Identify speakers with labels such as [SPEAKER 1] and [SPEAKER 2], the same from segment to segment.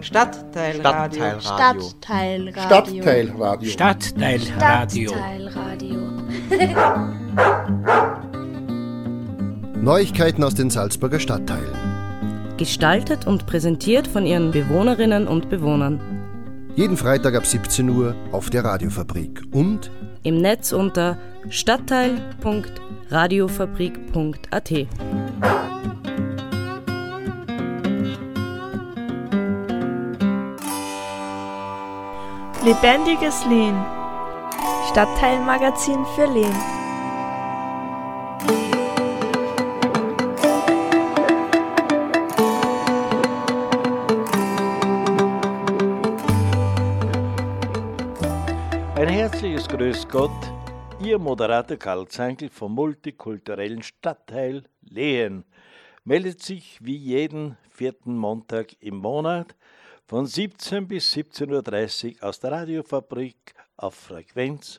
[SPEAKER 1] Stadtteilradio.
[SPEAKER 2] Stadtteilradio.
[SPEAKER 3] Stadtteilradio.
[SPEAKER 4] Neuigkeiten aus den Salzburger Stadtteilen.
[SPEAKER 5] Gestaltet und präsentiert von ihren Bewohnerinnen und Bewohnern.
[SPEAKER 4] Jeden Freitag ab 17 Uhr auf der Radiofabrik und
[SPEAKER 5] im Netz unter stadtteil.radiofabrik.at.
[SPEAKER 6] Lebendiges Lehn. Stadtteilmagazin für Lehn.
[SPEAKER 7] Ein herzliches Grüß Gott, Ihr Moderator Karl Zankl vom multikulturellen Stadtteil Lehen meldet sich wie jeden 4. Montag im Monat von 17 bis 17.30 Uhr aus der Radiofabrik auf Frequenz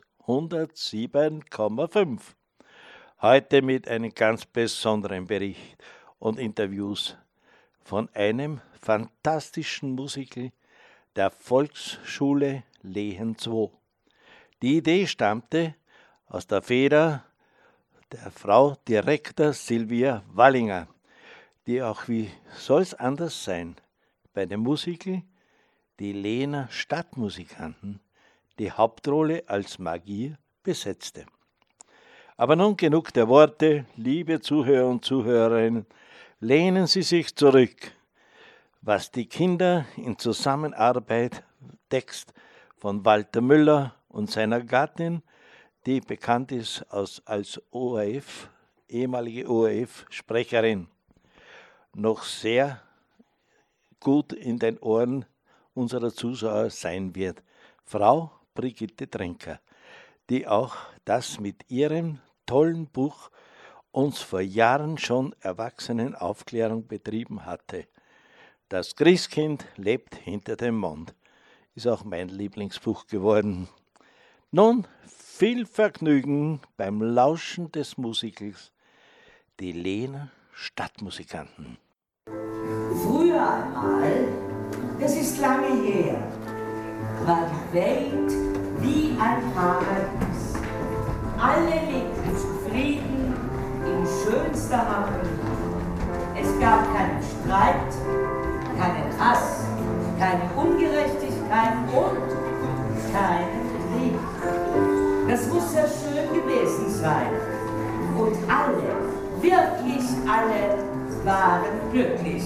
[SPEAKER 7] 107,5. Heute mit einem ganz besonderen Bericht und Interviews von einem fantastischen Musical der Volksschule Lehen 2. Die Idee stammte aus der Feder der Frau Direktor Silvia Wallinger, die auch, wie soll es anders sein, bei dem Musical die Lehener Stadtmusikanten die Hauptrolle als Magier besetzte. Aber nun genug der Worte, liebe Zuhörer und Zuhörerinnen, lehnen Sie sich zurück. Was die Kinder in Zusammenarbeit, Text von Walter Müller und seiner Gattin, die bekannt ist als ORF, ehemalige ORF-Sprecherin, noch sehr gut in den Ohren unserer Zuschauer sein wird. Frau Brigitte Trenker, die auch das mit ihrem tollen Buch uns vor Jahren schon Erwachsenenaufklärung betrieben hatte. Das Christkind lebt hinter dem Mond. Ist auch mein Lieblingsbuch geworden. Nun viel Vergnügen beim Lauschen des Musicals Die Lehener Stadtmusikanten.
[SPEAKER 8] Früher einmal, das ist lange her, war die Welt wie ein Paradies. Alle lebten zufrieden, in schönster Harmonie. Es gab keinen Streit, keinen Hass, keine Ungerechtigkeit und keinen Krieg. Das muss ja schön gewesen sein. Und alle, wirklich alle, waren glücklich.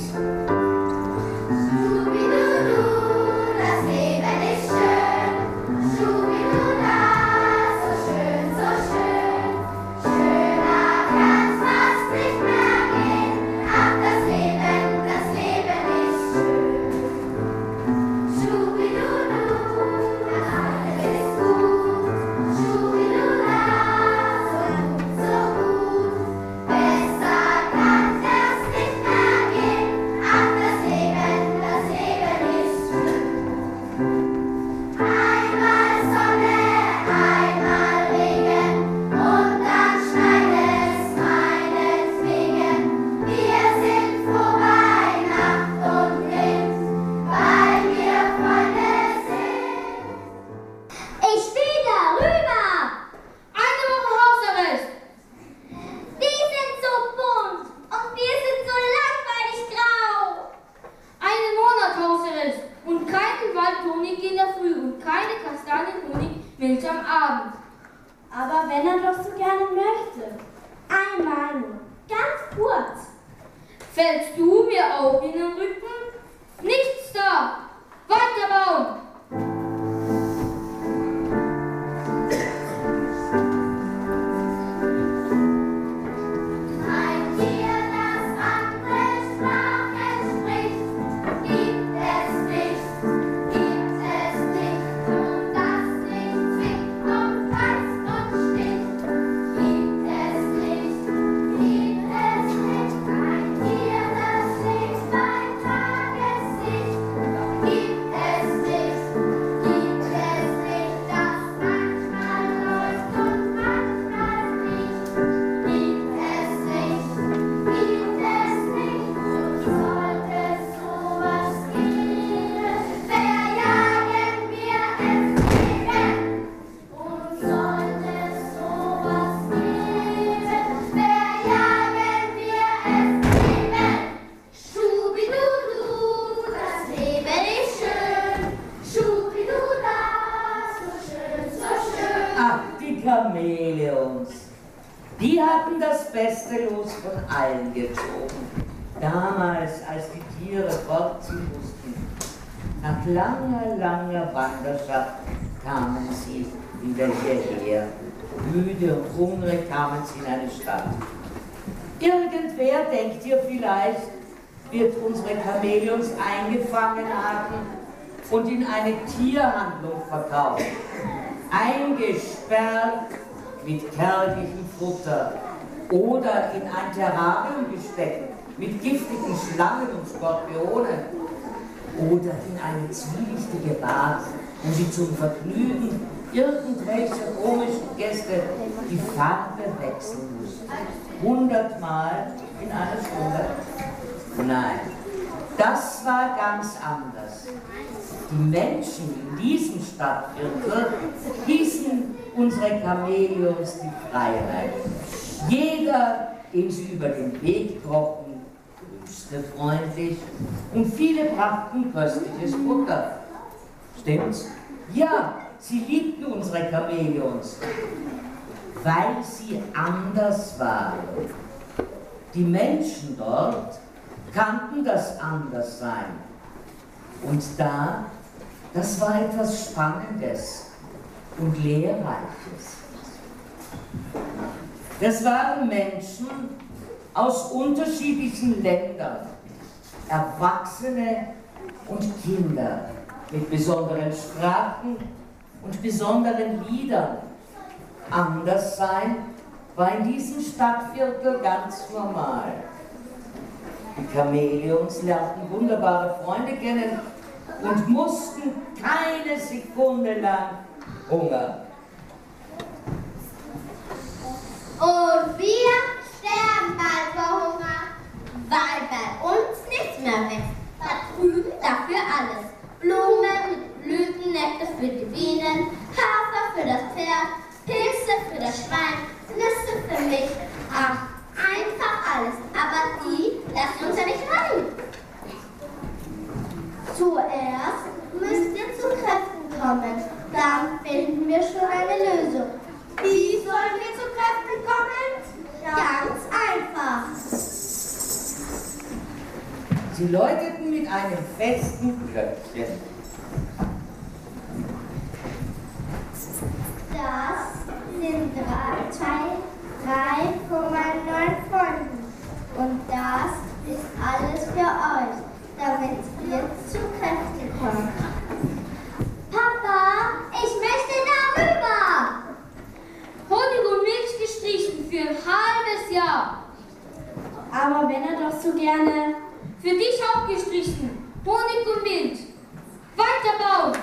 [SPEAKER 9] Schubidudu, das Leben ist schön. Schubidula, so schön, so schön. Schöner kann's fast nicht mehr gehen. Ach, das Leben ist schön. Schubidudu, alles ist gut. Schubidula, so gut, so gut. Besser kann das nicht mehr gehen. Ach, das Leben ist schön. Einmal Sonne, einmal Regen und dann schneit es meinetwegen. Wir sind froh bei Nacht und Wind, weil wir Freunde sind. Ich will darüber! Eine Woche Hausarrest! Die sind so bunt und wir sind so langweilig grau.
[SPEAKER 10] Einen Monat Hausarrest und keinen Waldhonig in der Früh und keine Kastanienhonigmilch am Abend.
[SPEAKER 9] Aber wenn er doch so gerne möchte. Einmal nur, ganz kurz.
[SPEAKER 10] Fällst du mir auch in den Rücken? Nichts da! Weiterbauen!
[SPEAKER 9] Ein Tier, das andere Sprache spricht, gibt es nicht. Und das nicht zwickt und beißt und sticht, gibt es nicht. Ein Tier, das schläft bei Tageslicht, gibt es nicht.
[SPEAKER 8] eingezogen. Damals, als die Tiere fortziehen mussten. Nach langer, langer Wanderschaft kamen sie wieder hierher. Müde und hungrig kamen sie in eine Stadt. Irgendwer, denkt ihr vielleicht, wird unsere Chamäleons eingefangen haben und in eine Tierhandlung verkauft. Eingesperrt mit kärglichem Futter oder in ein Terrarium gesteckt mit giftigen Schlangen und Skorpionen oder in eine zwielichtige Bar, wo sie zum Vergnügen irgendwelcher komischen Gäste die Farbe wechseln müssen. 100-mal in einer Stunde? Nein, das war ganz anders. Die Menschen in diesem Stadtviertel hießen unsere Chamäleons die Freiheit. Jeder, dem sie über den Weg krochen, grüßte freundlich und viele brachten köstliches Futter. Stimmt's? Ja, sie liebten unsere Chamäleons, weil sie anders waren. Die Menschen dort kannten das Anderssein. Und das war etwas Spannendes und Lehrreiches. Das waren Menschen aus unterschiedlichen Ländern, Erwachsene und Kinder mit besonderen Sprachen und besonderen Liedern. Anderssein war in diesem Stadtviertel ganz normal. Die Chamäleons lernten wunderbare Freunde kennen und mussten keine Sekunde lang hungern.
[SPEAKER 9] Und wir sterben bald vor Hunger, weil bei uns nichts mehr wächst. Da drüben dafür alles. Blumen, Blüten, Nektar für die Bienen, Hafer für das Pferd, Pilze für das Schwein, Nüsse für mich. Ach, einfach alles. Aber die lassen uns ja nicht rein. Zuerst müsst ihr zu Kräften kommen. Dann finden wir schon eine Lösung. Wie sollen wir zu Kräften kommen? Ganz einfach.
[SPEAKER 8] Sie läuteten mit einem festen Glöckchen.
[SPEAKER 9] Das sind 3,9 Pfunden. Und das ist alles für euch, damit ihr zu Kräften kommt. Papa, ich möchte darüber!
[SPEAKER 10] Honig und Milch gestrichen für ein halbes Jahr. Aber wenn er doch so gerne. Für dich auch gestrichen. Honig und Milch. Weiter bauen.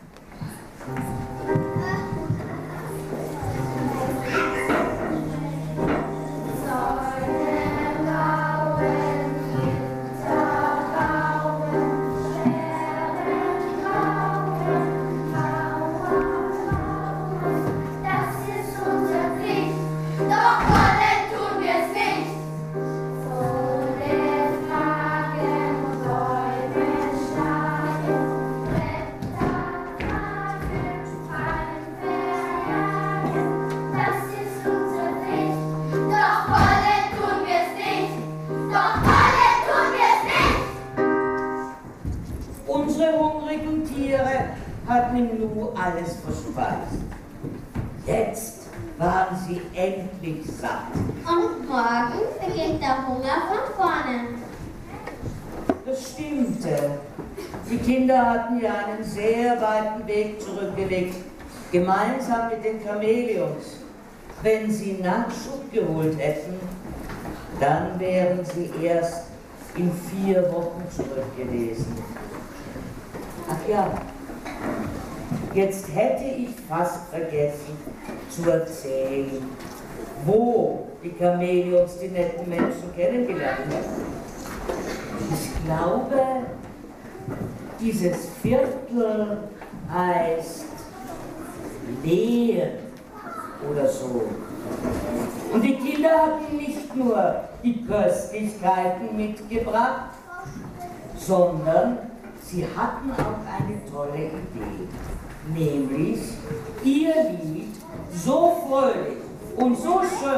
[SPEAKER 8] Hatten im Nu alles verspeist. Jetzt waren sie endlich satt.
[SPEAKER 9] Und morgen beginnt der Hunger von vorne.
[SPEAKER 8] Das stimmte. Die Kinder hatten ja einen sehr weiten Weg zurückgelegt, gemeinsam mit den Chamäleons. Wenn sie Nachschub geholt hätten, dann wären sie erst in 4 Wochen zurück gewesen. Ach ja. Jetzt hätte ich fast vergessen zu erzählen, wo die Chamäleons die netten Menschen kennengelernt haben. Ich glaube, dieses Viertel heißt Lehen oder so. Und die Kinder hatten nicht nur die Köstlichkeiten mitgebracht, sondern sie hatten auch eine tolle Idee. Nämlich ihr Lied so fröhlich und so schön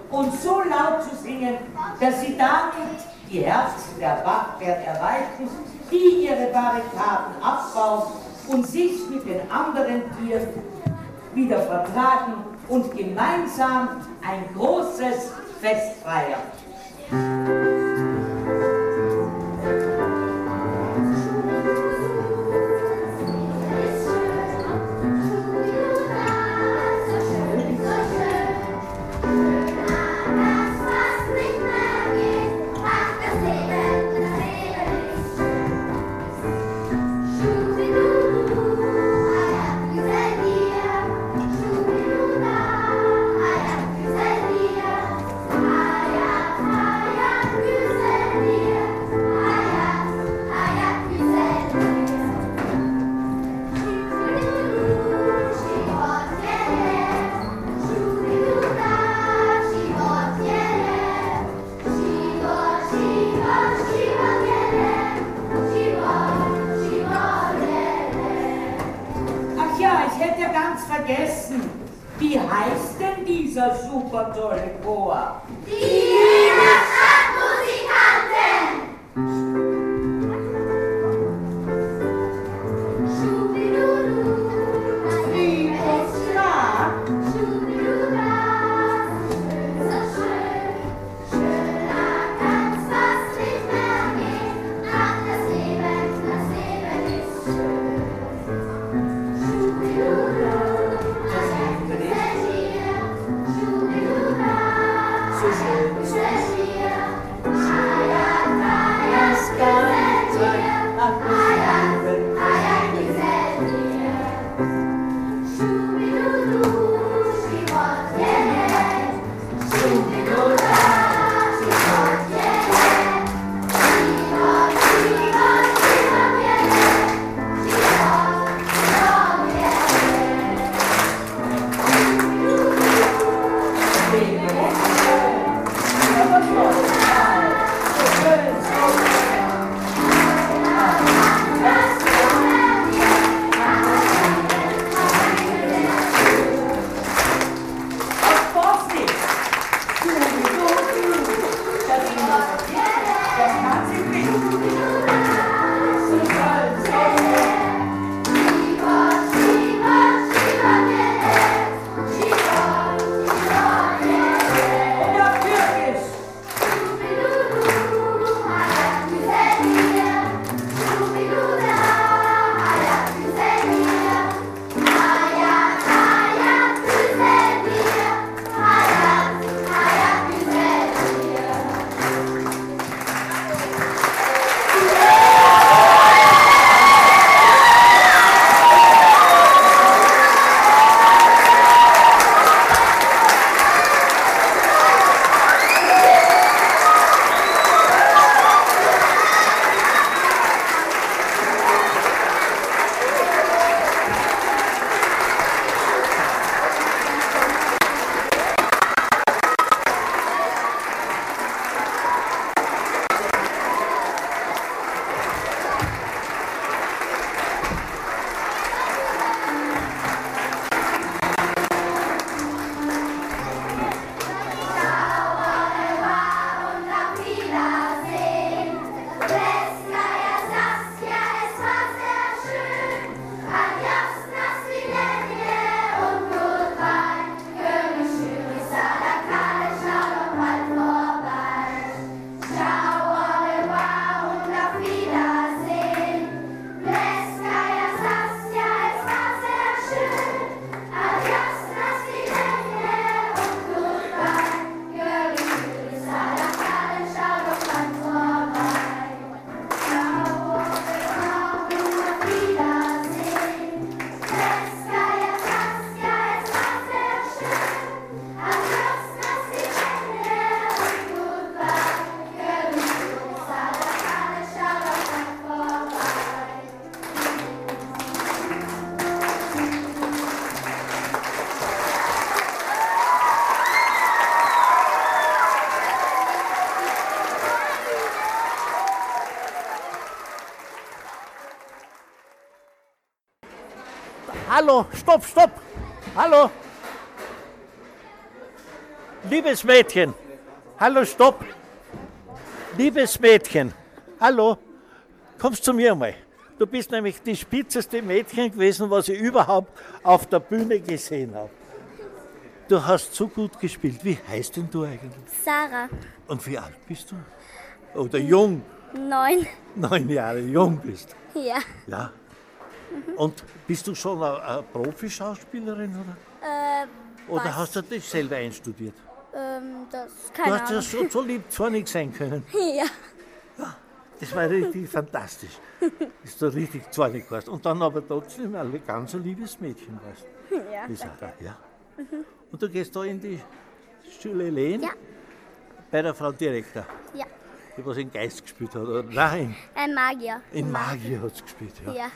[SPEAKER 8] und so laut zu singen, dass sie damit die Herzen der Wachtherren erreichen, die ihre Barrikaden abbauen und sich mit den anderen Tieren wieder vertragen und gemeinsam ein großes Fest feiern. Vergessen. Wie heißt denn dieser super tolle Chor?
[SPEAKER 9] Die Wiener Stadtmusikanten!
[SPEAKER 1] Hallo, stopp, stopp! Hallo!
[SPEAKER 7] Liebes Mädchen, hallo, stopp. Liebes Mädchen, hallo, kommst zu mir mal. Du bist nämlich die spitzeste Mädchen gewesen, was ich überhaupt auf der Bühne gesehen habe. Du hast so gut gespielt. Wie heißt denn du eigentlich?
[SPEAKER 9] Sarah.
[SPEAKER 7] Und wie alt bist du? Oder jung?
[SPEAKER 9] 9.
[SPEAKER 7] 9 Jahre jung bist.
[SPEAKER 9] Ja.
[SPEAKER 7] Ja. Und bist du schon eine Profischauspielerin, oder? Oder hast du das selber einstudiert?
[SPEAKER 9] Das
[SPEAKER 7] Du
[SPEAKER 9] keine
[SPEAKER 7] hast ja so lieb zornig sein können.
[SPEAKER 9] Ja.
[SPEAKER 7] Das war richtig fantastisch, dass du richtig zornig warst. Und dann aber trotzdem ein ganz ein liebes Mädchen warst.
[SPEAKER 9] Ja.
[SPEAKER 7] Die Sarah, ja. Und du gehst da in die Schule Lehn?
[SPEAKER 9] Ja.
[SPEAKER 7] Bei der Frau Direktor,
[SPEAKER 9] Ja.
[SPEAKER 7] die was in Geist gespielt hat. Oder? Nein,
[SPEAKER 9] Ein Magier.
[SPEAKER 7] in Magie hat sie gespielt. Ja.
[SPEAKER 9] Ja.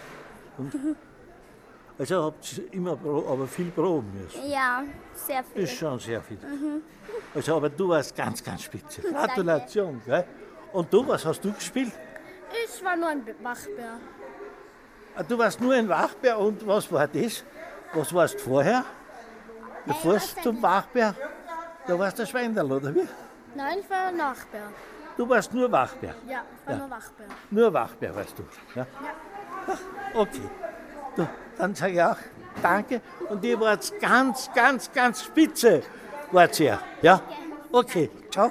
[SPEAKER 7] Also habt ihr immer aber viel proben müssen.
[SPEAKER 9] Ja, sehr
[SPEAKER 7] Das
[SPEAKER 9] viel.
[SPEAKER 7] ist schon sehr viel. Also, aber du warst ganz, ganz spitze. Gratulation. Gell? Und du, was hast du gespielt?
[SPEAKER 9] Ich war nur ein Wachbär.
[SPEAKER 7] Ah, du warst nur ein Wachbär und was war das? Was warst du vorher? Bevor
[SPEAKER 9] was
[SPEAKER 7] du
[SPEAKER 9] denn?
[SPEAKER 7] zum Wachbär, da warst du ein Schweinderl, oder wie?
[SPEAKER 9] Nein, ich war ein Wachbär.
[SPEAKER 7] Du warst nur Wachbär.
[SPEAKER 9] Ja, ich war
[SPEAKER 7] Ja.
[SPEAKER 9] nur Wachbär.
[SPEAKER 7] Nur Wachbär warst du. Ja? Ach, okay. Du, dann sage ich auch danke und ihr wart ganz, ganz, ganz spitze. Wart ihr. Ja? Okay, ciao.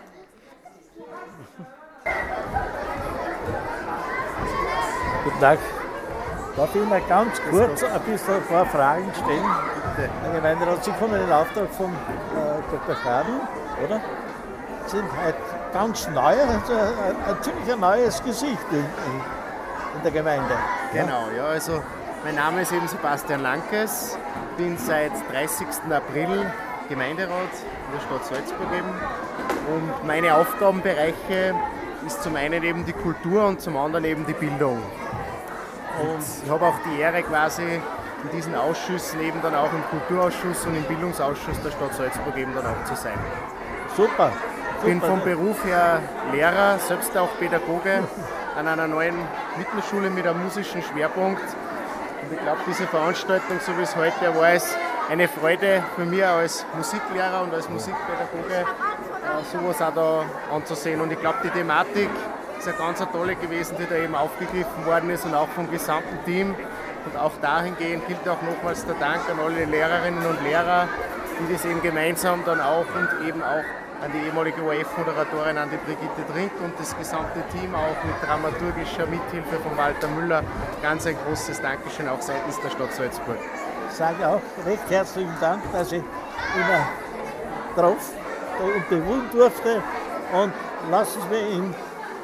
[SPEAKER 7] Guten Tag. Darf ich Ihnen ganz kurz ein paar Fragen stellen? Herr Gemeinderat, Sie kommen in Auftrag von Dr. Schraden, oder? Sie sind heute ganz neu, also ein ziemlich neues Gesicht in der Gemeinde.
[SPEAKER 1] Genau, ja, also mein Name ist eben Sebastian Lankes, bin seit 30. April Gemeinderat in der Stadt Salzburg eben und meine Aufgabenbereiche ist zum einen eben die Kultur und zum anderen eben die Bildung. Und ich habe auch die Ehre quasi in diesen Ausschüssen eben dann auch im Kulturausschuss und im Bildungsausschuss der Stadt Salzburg eben dann auch zu sein.
[SPEAKER 7] Super.
[SPEAKER 1] Ich bin
[SPEAKER 7] super.
[SPEAKER 1] vom Beruf her Lehrer, selbst auch Pädagoge an einer neuen Mittelschule mit einem musischen Schwerpunkt. Und ich glaube, diese Veranstaltung, so wie es heute war, ist eine Freude für mich als Musiklehrer und als Musikpädagoge, sowas auch da anzusehen. Und ich glaube, die Thematik ist eine ganz tolle gewesen, die da eben aufgegriffen worden ist und auch vom gesamten Team. Und auch dahingehend gilt auch nochmals der Dank an alle Lehrerinnen und Lehrer, die das eben gemeinsam dann auch und eben auch an die ehemalige ORF-Moderatorin, an die Brigitte Trink und das gesamte Team auch mit dramaturgischer Mithilfe von Walter Müller. Ganz ein großes Dankeschön auch seitens der Stadt Salzburg.
[SPEAKER 7] Ich sage auch recht herzlichen Dank, dass ich immer drauf und bewohnen durfte. Und lassen Sie mich in.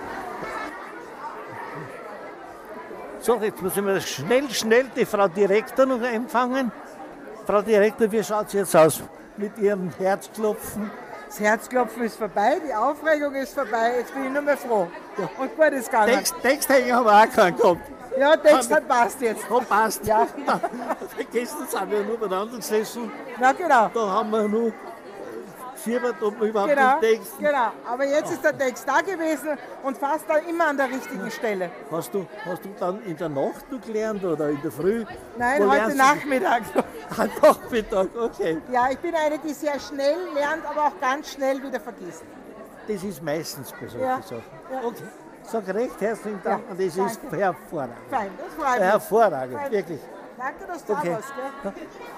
[SPEAKER 7] So, jetzt müssen wir schnell die Frau Direktor noch empfangen. Frau Direktor, wie schaut es jetzt aus mit Ihrem Herzklopfen?
[SPEAKER 2] Das Herzklopfen ist vorbei, die Aufregung ist vorbei, jetzt bin ich nur mehr froh. Und gut ist gegangen.
[SPEAKER 7] Text haben wir auch keinen gehabt.
[SPEAKER 2] Ja, Text hat passt jetzt.
[SPEAKER 7] Hat passt.
[SPEAKER 2] Ja.
[SPEAKER 7] Gestern sind wir nur beieinander gesessen.
[SPEAKER 2] Na genau.
[SPEAKER 7] Da haben wir nur gefiebert, ob wir überhaupt
[SPEAKER 2] Genau,
[SPEAKER 7] den Text.
[SPEAKER 2] genau. Aber jetzt ist der Text da gewesen und fast da immer an der richtigen Stelle.
[SPEAKER 7] Hast du dann in der Nacht noch gelernt oder in der Früh?
[SPEAKER 2] Nein,
[SPEAKER 7] Wo
[SPEAKER 2] heute
[SPEAKER 7] lernst du?
[SPEAKER 2] Nachmittag.
[SPEAKER 7] Am Nachmittag, okay.
[SPEAKER 2] Ja, ich bin eine, die sehr schnell lernt, aber auch ganz schnell wieder vergisst.
[SPEAKER 7] Das ist meistens bei solchen
[SPEAKER 2] Ja,
[SPEAKER 7] Sachen.
[SPEAKER 2] ja.
[SPEAKER 7] Okay, sag recht herzlichen Dank
[SPEAKER 2] Ja,
[SPEAKER 7] und das ist
[SPEAKER 2] danke.
[SPEAKER 7] hervorragend.
[SPEAKER 2] Fein, das freut mich.
[SPEAKER 7] Hervorragend,
[SPEAKER 2] Freut mich.
[SPEAKER 7] wirklich.
[SPEAKER 2] Danke, dass du
[SPEAKER 7] Okay.
[SPEAKER 2] da warst. Gell?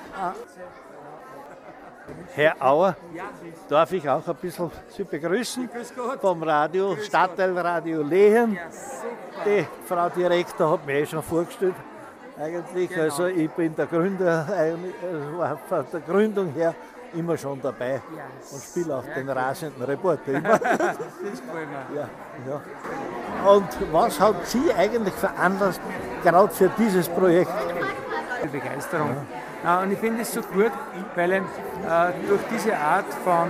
[SPEAKER 7] Herr Auer, darf ich auch ein bisschen Sie begrüßen vom Radio, Stadtteilradio Lehen. Die Frau Direktor hat mich schon vorgestellt. Eigentlich, also ich bin der Gründer, war von der Gründung her immer schon dabei und spiele auch den rasenden Reporter immer. Ja, ja. Und was hat Sie eigentlich veranlasst, gerade für dieses Projekt?
[SPEAKER 3] Begeisterung. Und ich finde es so gut, weil durch diese Art von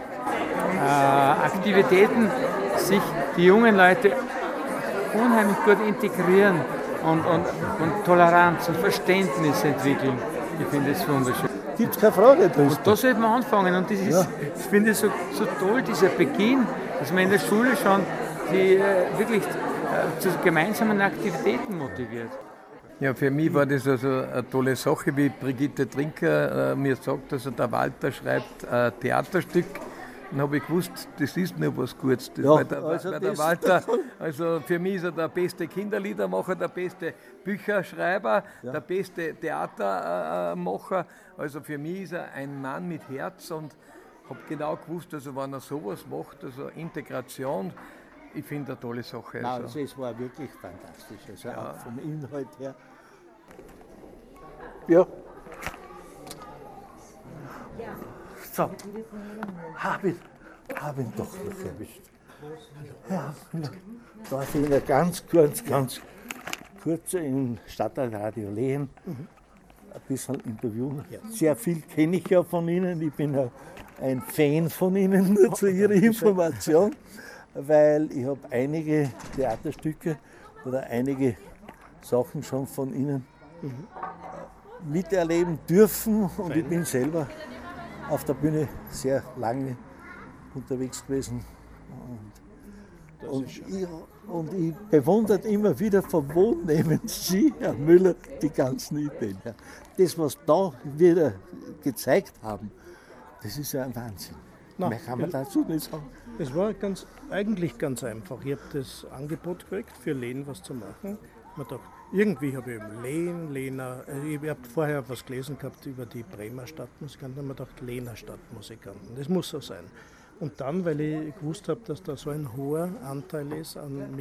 [SPEAKER 3] Aktivitäten sich die jungen Leute unheimlich gut integrieren und Toleranz und Verständnis entwickeln. Ich finde es wunderschön.
[SPEAKER 7] Gibt es keine Frage, Tristan?
[SPEAKER 3] Da sollte man anfangen und das ist, ich finde es so toll, dieser Beginn, dass man in der Schule schon die wirklich zu gemeinsamen Aktivitäten motiviert. Ja, für mich war das also eine tolle Sache, wie Brigitte Trinker mir sagt, also der Walter schreibt ein Theaterstück. Dann habe ich gewusst, das ist nur was Gutes. Das, weil der Walter, also für mich ist er der beste Kinderliedermacher, der beste Bücherschreiber, der beste Theatermacher. Also für mich ist er ein Mann mit Herz und habe genau gewusst, also wenn er sowas macht, also Integration, ich finde eine tolle Sache.
[SPEAKER 6] Nein, also es war wirklich fantastisch, also auch vom Inhalt her. Ja. So, hab ihn doch noch erwischt. Ja, darf ich Ihnen ganz kurz im Stadtradio Lehen ein bisschen interviewen. Sehr viel kenne ich ja von Ihnen, ich bin ja ein Fan von Ihnen, nur zu Ihrer Information, weil ich habe einige Theaterstücke oder einige Sachen schon von Ihnen miterleben dürfen und ich bin selber auf der sehr lange unterwegs gewesen. Und ich bewundere immer wieder, von wo nehmen Sie, Herr Müller, die ganzen Ideen her. Das, was da wieder gezeigt haben, das ist ja ein Wahnsinn. Mehr kann man dazu nicht sagen.
[SPEAKER 11] Es war eigentlich ganz einfach. Ich habe das Angebot gekriegt, für Lehen was zu machen. Man dachte, irgendwie habe ich Lehner, ich habe vorher was gelesen gehabt über die Bremer Stadtmusikanten, und man dachte, Lehner Stadtmusikanten, das muss so sein. Und dann, weil ich gewusst habe, dass da so ein hoher Anteil ist an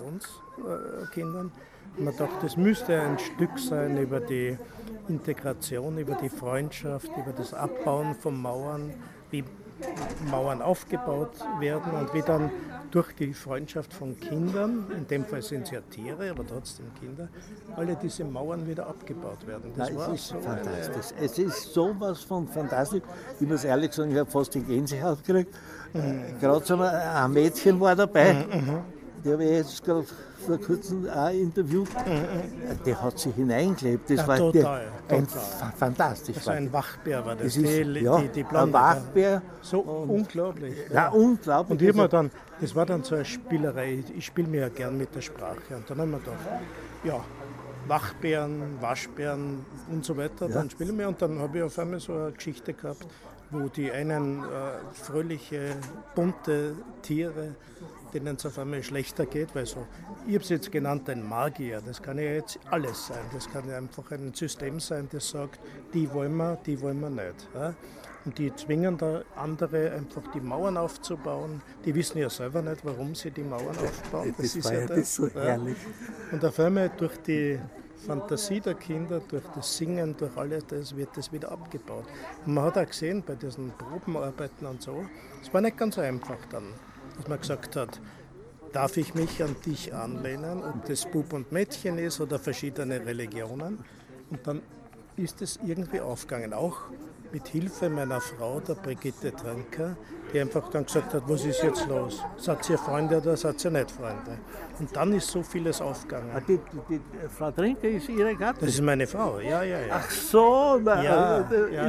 [SPEAKER 11] Migrationskindern, man dachte, das müsste ein Stück sein über die Integration, über die Freundschaft, über das Abbauen von Mauern, wie Mauern aufgebaut werden und wie dann durch die Freundschaft von Kindern, in dem Fall sind es ja Tiere, aber trotzdem Kinder, alle diese Mauern wieder abgebaut werden. Das war
[SPEAKER 6] es ist
[SPEAKER 11] so
[SPEAKER 6] fantastisch. Es ist sowas von fantastisch. Ich muss ehrlich sagen, ich habe fast die Gänsehaut gekriegt. Gerade so ein Mädchen war dabei, die habe ich jetzt gerade vor kurzem auch interviewt. Die hat sich hineingelebt. Das war
[SPEAKER 11] total.
[SPEAKER 6] Fantastisch.
[SPEAKER 11] Also ein Wachbär war das,
[SPEAKER 6] die
[SPEAKER 11] Blonde.
[SPEAKER 6] Ein Wachbär.
[SPEAKER 11] So unglaublich.
[SPEAKER 6] Ja, unglaublich.
[SPEAKER 11] Und ich hab mir dann, das war dann so eine Spielerei, ich spiele mir ja gern mit der Sprache. Und dann haben wir gedacht, ja, Wachbären, Waschbären und so weiter, dann spielen wir. Und dann habe ich auf einmal so eine Geschichte gehabt, wo die einen fröhliche, bunte Tiere, denen es auf einmal schlechter geht, weil so, ich habe es jetzt genannt, ein Magier, das kann ja jetzt alles sein, das kann ja einfach ein System sein, das sagt, die wollen wir nicht. Ja? Und die zwingen da andere einfach die Mauern aufzubauen, die wissen ja selber nicht, warum sie die Mauern aufbauen.
[SPEAKER 6] Das ist ja das so herrlich.
[SPEAKER 11] Und auf einmal durch die Fantasie der Kinder, durch das Singen, durch alles das wird das wieder abgebaut. Und man hat auch gesehen bei diesen Probenarbeiten und so, es war nicht ganz so einfach dann, dass man gesagt hat, darf ich mich an dich anlehnen, ob das Bub und Mädchen ist oder verschiedene Religionen. Und dann ist es irgendwie aufgegangen, auch mit Hilfe meiner Frau, der Brigitte Trinker, die einfach dann gesagt hat, was ist jetzt los? Seid ihr Freunde oder seid ihr nicht Freunde? Und dann ist so vieles aufgegangen.
[SPEAKER 6] Die Frau Trinker ist Ihre Gattin?
[SPEAKER 11] Das ist meine Frau, ja.
[SPEAKER 6] Ach so,
[SPEAKER 11] ja.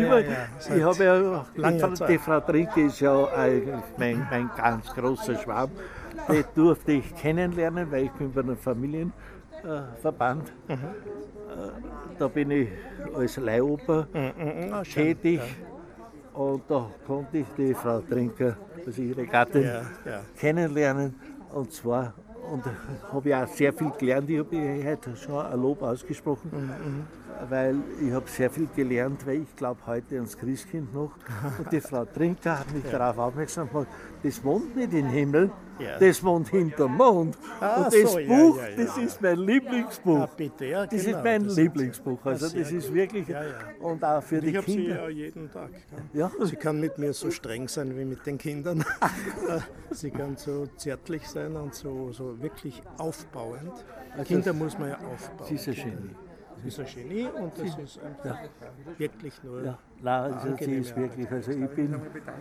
[SPEAKER 6] Ich habe ja, die Frau Trinker ist ja eigentlich mein ganz großer Schwab. Die durfte ich kennenlernen, weil ich bin bei einem Familienverband. Da bin ich als Leihoper tätig und da konnte ich die Frau Trinker, also ihre Gattin, kennenlernen. Und zwar habe ich auch sehr viel gelernt. Ich habe heute schon ein Lob ausgesprochen, weil ich habe sehr viel gelernt, weil ich glaube heute ans Christkind noch. Und die Frau Trinker hat mich darauf aufmerksam gemacht, das wohnt nicht im Himmel, das wohnt hinterm Mond. Und das Buch, das ist mein Lieblingsbuch.
[SPEAKER 11] Bitte,
[SPEAKER 6] das ist mein Lieblingsbuch. Also das ist wirklich, und auch für die Kinder.
[SPEAKER 11] Ich habe sie ja jeden Tag. Ja. Sie kann mit mir so streng sein wie mit den Kindern. Sie kann so zärtlich sein und so wirklich aufbauend. Also Kinder muss man ja aufbauen.
[SPEAKER 6] Sie ist ein Genie.
[SPEAKER 11] Sie ist ein Genie und das ist einfach wirklich nur.
[SPEAKER 6] Ja, nein, also sie ist wirklich, also ich bin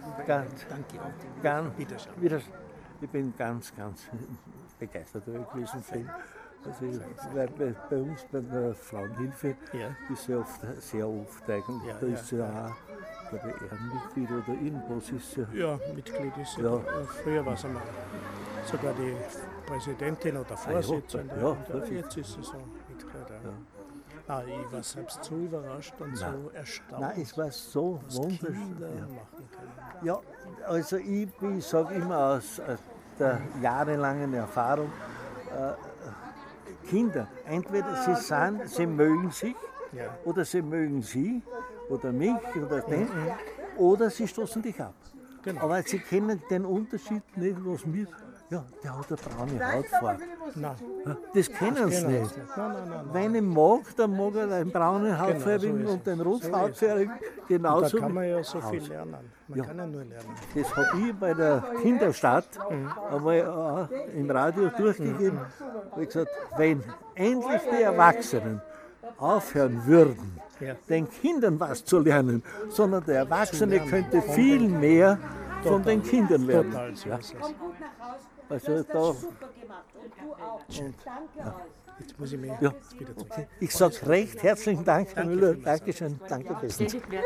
[SPEAKER 6] ganz begeistert gewesen von ihm. Also weil bei uns bei der Frauenhilfe ist sie sehr oft eigentlich, da ist sie auch, glaube ich, Ehrenmitglied oder irgendwas ist sie.
[SPEAKER 11] Ja, Mitglied ist sie. Ja. Früher war sie mal sogar die Präsidentin oder Vorsitzende. Jetzt ist sie so Mitglied. Ich war selbst so überrascht und so erstaunt.
[SPEAKER 6] Nein, es war so wunderschön.
[SPEAKER 11] Machen können.
[SPEAKER 6] Ja, also ich sage immer aus der jahrelangen Erfahrung, Kinder, entweder sie mögen sich, oder sie mögen sie, oder mich, oder den, oder sie stoßen dich ab. Genau. Aber sie kennen den Unterschied nicht, was mir... Ja, der hat eine braune Hautfarbe.
[SPEAKER 11] Nein.
[SPEAKER 6] Das kennen sie nicht.
[SPEAKER 11] Nein.
[SPEAKER 6] Wenn ich mag, dann mag er einen braunen Hautfarbigen
[SPEAKER 11] so
[SPEAKER 6] und den rothautfarbigen genauso.
[SPEAKER 11] Da kann man ja so viel lernen. Man kann ja nur lernen.
[SPEAKER 6] Das habe ich bei der Kinderstadt einmal im Radio durchgegeben. Ich gesagt, wenn endlich die Erwachsenen aufhören würden, den Kindern was zu lernen, sondern der Erwachsene könnte viel mehr von den Kindern lernen.
[SPEAKER 11] Total, so ist es.
[SPEAKER 6] Also da,
[SPEAKER 11] jetzt muss ich mich
[SPEAKER 6] ja.
[SPEAKER 11] wieder zurück.
[SPEAKER 6] Ich sage recht herzlichen Dank, Herr Müller. Dankeschön. Danke besten.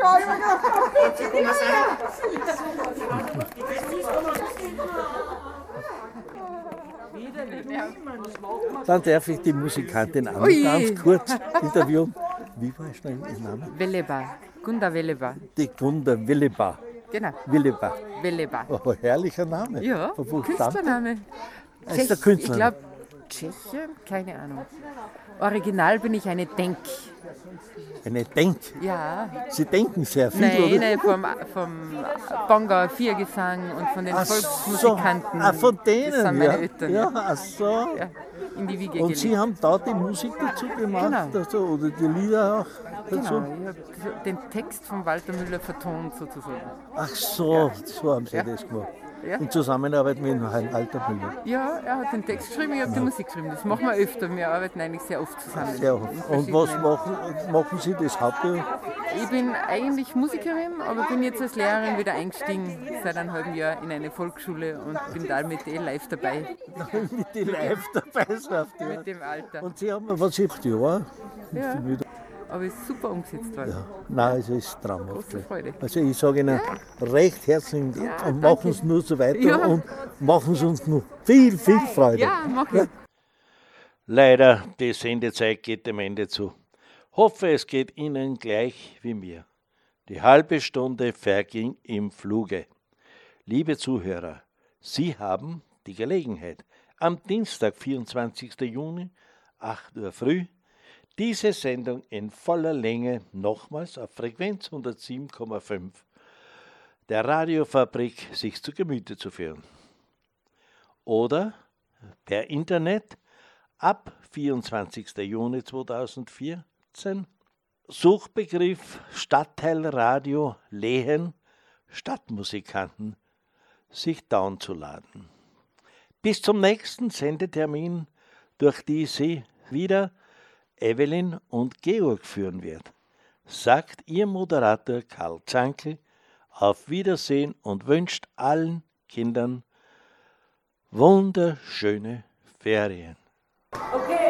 [SPEAKER 6] Dann darf ich die Musikantin auch ganz kurz interviewen. Wie war schnell Ihr Name?
[SPEAKER 12] Veleba, Gunda Veleba.
[SPEAKER 6] Die Gunda Veleba.
[SPEAKER 12] Genau.
[SPEAKER 6] Veleba.
[SPEAKER 12] Veleba.
[SPEAKER 6] Oh, herrlicher Name.
[SPEAKER 12] Ja, Künstlername.
[SPEAKER 6] Das ist der Künstler.
[SPEAKER 12] Ich glaube, Tschechien, keine Ahnung. Original bin ich eine Denk.
[SPEAKER 6] Eine Denk?
[SPEAKER 12] Ja.
[SPEAKER 6] Sie denken sehr viel,
[SPEAKER 12] Nein, vom Bonga Viergesang und von den Volksmusikanten.
[SPEAKER 6] So. Von denen,
[SPEAKER 12] das sind meine Eltern.
[SPEAKER 6] Ja, ach so.
[SPEAKER 12] Ja, in die Wiege
[SPEAKER 6] und
[SPEAKER 12] gelegt.
[SPEAKER 6] Sie haben da die Musik dazu gemacht?
[SPEAKER 12] Genau.
[SPEAKER 6] Also, oder die Lieder auch dazu?
[SPEAKER 12] Genau, ich habe den Text von Walter Müller vertont sozusagen.
[SPEAKER 6] Ach so, so haben Sie das gemacht.
[SPEAKER 12] Ja.
[SPEAKER 6] In Zusammenarbeit mit Herrn Walter Müller.
[SPEAKER 12] Ja, er hat den Text geschrieben, ich habe die Musik geschrieben. Das machen wir öfter. Wir arbeiten eigentlich sehr oft zusammen.
[SPEAKER 6] Sehr oft. Und was machen Sie das Hauptberuf?
[SPEAKER 12] Ich bin eigentlich Musikerin, aber bin jetzt als Lehrerin wieder eingestiegen seit einem halben Jahr in eine Volksschule und bin damit live dabei.
[SPEAKER 6] Mit die live dabei sind.
[SPEAKER 12] Mit dem Alter.
[SPEAKER 6] Und Sie haben was 7 Jahre?
[SPEAKER 12] Ja. Aber es ist super umgesetzt worden.
[SPEAKER 6] Ja. Nein, es ist traumhaft.
[SPEAKER 12] Große Freude.
[SPEAKER 6] Also ich sage Ihnen recht herzlichen Dank und machen Sie nur so weiter und machen Sie uns noch viel, viel Freude.
[SPEAKER 12] Ja, mach ich.
[SPEAKER 7] Leider, die Sendezeit geht dem Ende zu. Hoffe, es geht Ihnen gleich wie mir. Die halbe Stunde verging im Fluge. Liebe Zuhörer, Sie haben die Gelegenheit, am Dienstag, 24. Juni, 8 Uhr früh, diese Sendung in voller Länge nochmals auf Frequenz 107,5 der Radiofabrik sich zu Gemüte zu führen. Oder per Internet ab 24. Juni 2014 Suchbegriff Stadtteilradio Lehen Stadtmusikanten sich downzuladen. Bis zum nächsten Sendetermin, durch die Sie wieder Evelyn und Georg führen wird, sagt Ihr Moderator Karl Zankl auf Wiedersehen und wünscht allen Kindern wunderschöne Ferien.
[SPEAKER 8] Okay.